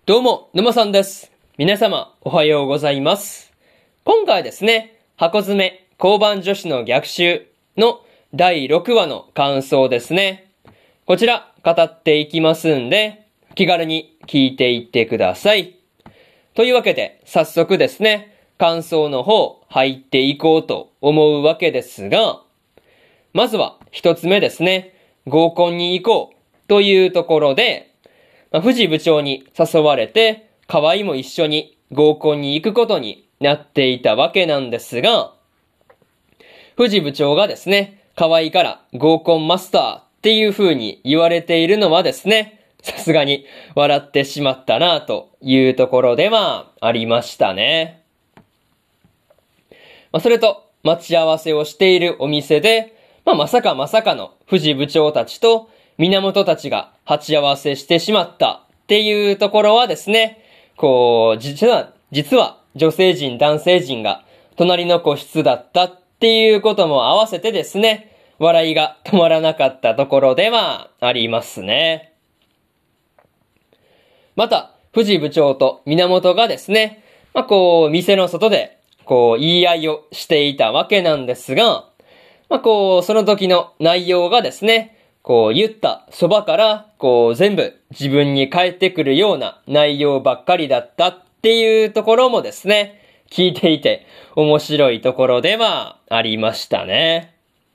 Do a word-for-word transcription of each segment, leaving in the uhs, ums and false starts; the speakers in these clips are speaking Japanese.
どうも、沼さんです。皆様、おはようございます。今回はですね、箱詰め交番女子の逆襲のだいろくわの感想ですね。こちら、語っていきますんで、気軽に聞いていってください。というわけで、早速ですね、感想の方、入っていこうと思うわけですが、まずは一つ目ですね、合コンに行こうというところで、まあ、藤部長に誘われて、河合も一緒に合コンに行くことになっていたわけなんですが、藤部長がですね、河合から合コンマスターっていう風に言われているのはですね、さすがに笑ってしまったなというところではありましたね。まあ、それと、待ち合わせをしているお店で、まあ、まさかまさかの藤部長たちと源たちが鉢合わせしてしまったっていうところはですね、こう、実は、実は女性陣男性陣が隣の個室だったっていうことも合わせてですね、笑いが止まらなかったところではありますね。また、藤部長と源がですね、まあ、こう、店の外で、こう、言い合いをしていたわけなんですが、まあ、こう、その時の内容がですね、こう、言ったそばから、こう、全部自分に返ってくるような内容ばっかりだったっていうところもですね、聞いていて面白いところではありましたね。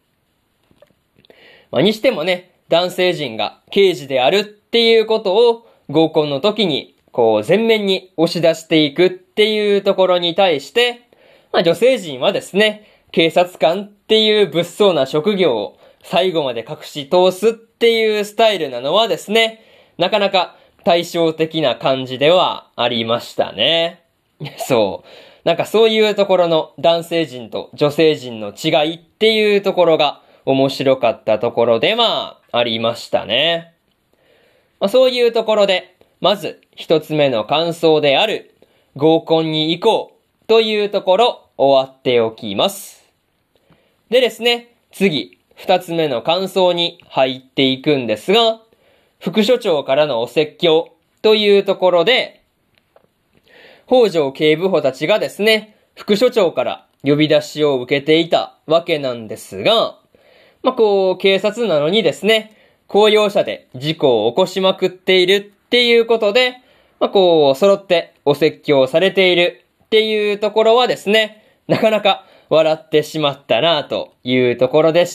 まあ、にしてもね、男性陣が刑事であるっていうことを合コンの時に、こう、前面に押し出していくっていうところに対して、まあ、女性陣はですね、警察官っていう物騒な職業を最後まで隠し通すっていうスタイルなのはですね、なかなか対照的な感じではありましたね。そう。なんかそういうところの男性陣と女性陣の違いっていうところが面白かったところではありましたね。まあ、そういうところで、まず一つ目の感想である合コンに行こうというところ終わっておきます。でですね、次、二つ目の感想に入っていくんですが、副所長からのお説教というところで、北条警部補たちがですね、副所長から呼び出しを受けていたわけなんですが、まあ、こう、警察なのにですね、公用車で事故を起こしまくっているっていうことで、まあ、こう、揃ってお説教されているっていうところはですね、なかなか笑ってしまったなというところでした。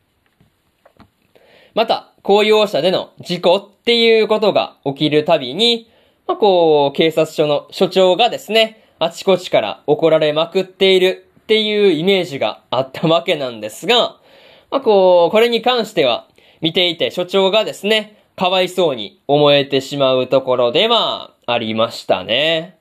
また、公用車での事故っていうことが起きるたびに、まあ、こう、警察署の署長がですね、あちこちから怒られまくっているっていうイメージがあったわけなんですが、まあ、こう、これに関しては、見ていて署長がですね、かわいそうに思えてしまうところではありましたね。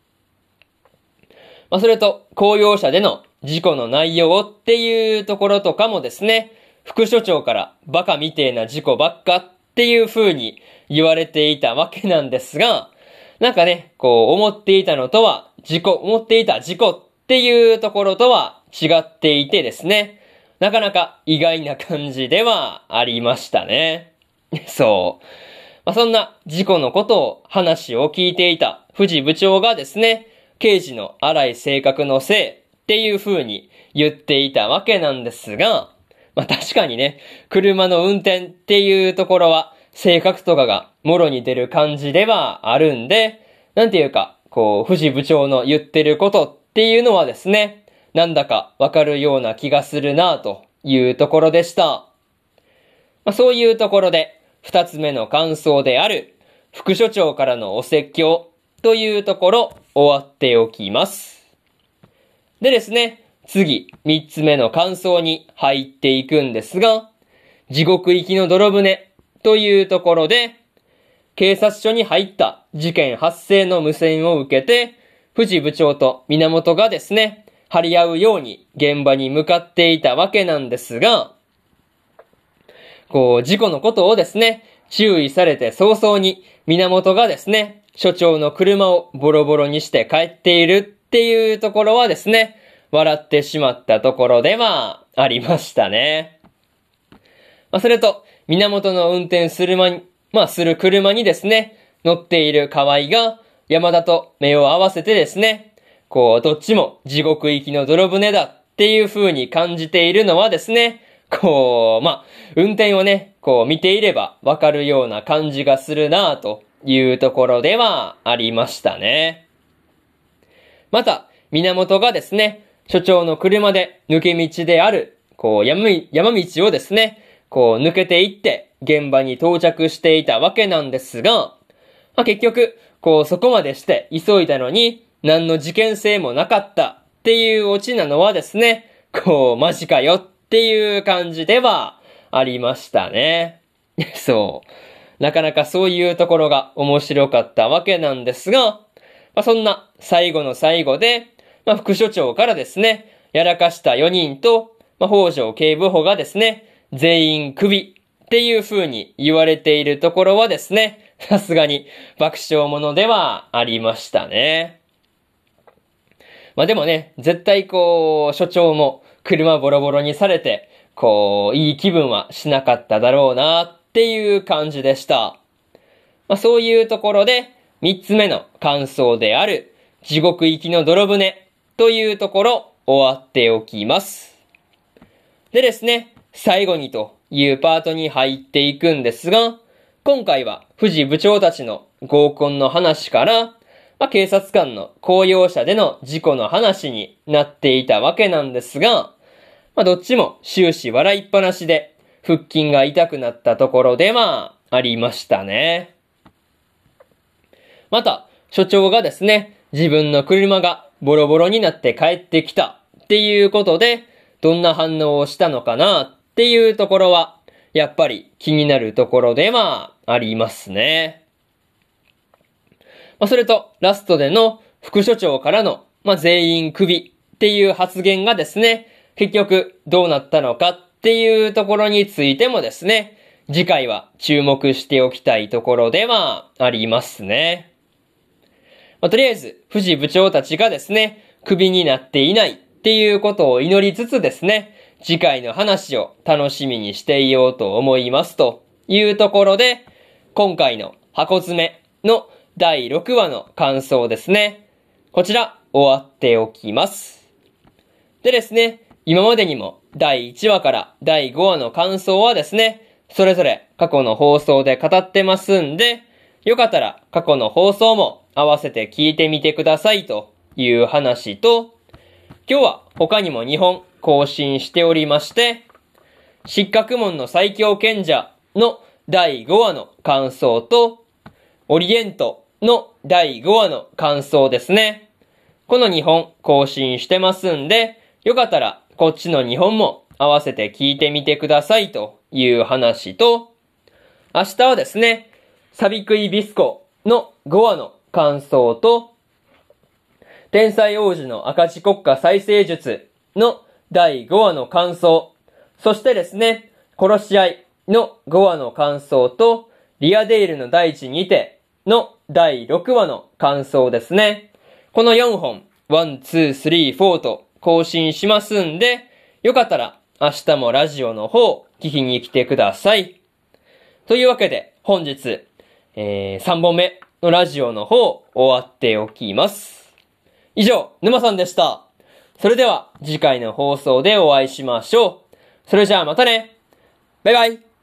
まあ、それと、公用車での事故の内容っていうところとかもですね、副所長からバカみてえな事故ばっかっていう風に言われていたわけなんですが、なんかね、こう思っていたのとは、事故、思っていた事故っていうところとは違っていてですね、なかなか意外な感じではありましたね。そう。まあ、そんな事故のことを話を聞いていた藤部長がですね、刑事の荒い性格のせいっていう風に言っていたわけなんですが、まあ確かにね、車の運転っていうところは性格とかがもろに出る感じではあるんで、なんていうか、こう、藤部長の言ってることっていうのはですね、なんだかわかるような気がするなというところでした。まあそういうところで、二つ目の感想である、副所長からのお説教というところ終わっておきます。でですね、次、三つ目の感想に入っていくんですが、地獄行きの泥船というところで、警察署に入った事件発生の無線を受けて、藤部長と源がですね、張り合うように現場に向かっていたわけなんですが、こう、事故のことをですね、注意されて早々に源がですね、署長の車をボロボロにして帰っているっていうところはですね、笑ってしまったところではありましたね。まあ、それと、源の運転するまに、まあ、する車にですね、 乗っている河合が山田と目を合わせてですね、こう、どっちも地獄行きの泥船だっていう風に感じているのはですね、こう、まあ、運転をね、こう見ていればわかるような感じがするなぁというところではありましたね。また、源がですね、所長の車で抜け道である、こう山、山道をですね、こう抜けていって現場に到着していたわけなんですが、まあ、結局、こうそこまでして急いだのに何の事件性もなかったっていうオチなのはですね、こうマジかよっていう感じではありましたね。そう。なかなかそういうところが面白かったわけなんですが、まあ、そんな最後の最後で、まあ、副所長からですね、やらかしたよにんと、まあ、北条警部補がですね、全員クビっていう風に言われているところはですね、さすがに爆笑ものではありましたね。まあでもね、絶対こう、所長も車ボロボロにされて、こう、いい気分はしなかっただろうなっていう感じでした。まあそういうところで、三つ目の感想である、地獄行きの泥船というところ終わっておきます。でですね、最後にというパートに入っていくんですが、今回は藤部長たちの合コンの話から、まあ、警察官の公用車での事故の話になっていたわけなんですが、まあ、どっちも終始笑いっぱなしで、腹筋が痛くなったところではありましたね。また、所長がですね、自分の車がボロボロになって帰ってきたっていうことで、どんな反応をしたのかなっていうところは、やっぱり気になるところではありますね。まあ、それと、ラストでの副所長からの、まあ、全員クビっていう発言がですね、結局どうなったのかっていうところについてもですね、次回は注目しておきたいところではありますね。まあ、とりあえず、藤部長たちがですね、クビになっていないっていうことを祈りつつですね、次回の話を楽しみにしていようと思いますというところで、今回の箱詰めのだいろくわの感想ですね。こちら終わっておきます。でですね、今までにもだいいちわからだいごわの感想はですね、それぞれ過去の放送で語ってますんで、よかったら過去の放送も合わせて聞いてみてくださいという話と、今日は他にもにほん更新しておりまして、失格門の最強賢者のだいごわの感想と、オリエントのだいごわの感想ですね。このにほん更新してますんで、よかったらこっちのにほんも合わせて聞いてみてくださいという話と、明日はですね、サビクイビスコのごわの感想と、天才王子の赤字国家再生術のだいごわの感想、そしてですね、殺し合いのごわの感想と、リアデイルの大地にてのだいろくわの感想ですね。このよんほん、ワン、ツー、スリー、フォーと更新しますんで、よかったら明日もラジオの方聞きに来てください。というわけで本日、えー、さんぼんめのラジオの方終わっておきます。以上、沼さんでした。それでは次回の放送でお会いしましょう。それじゃあまたね。バイバイ。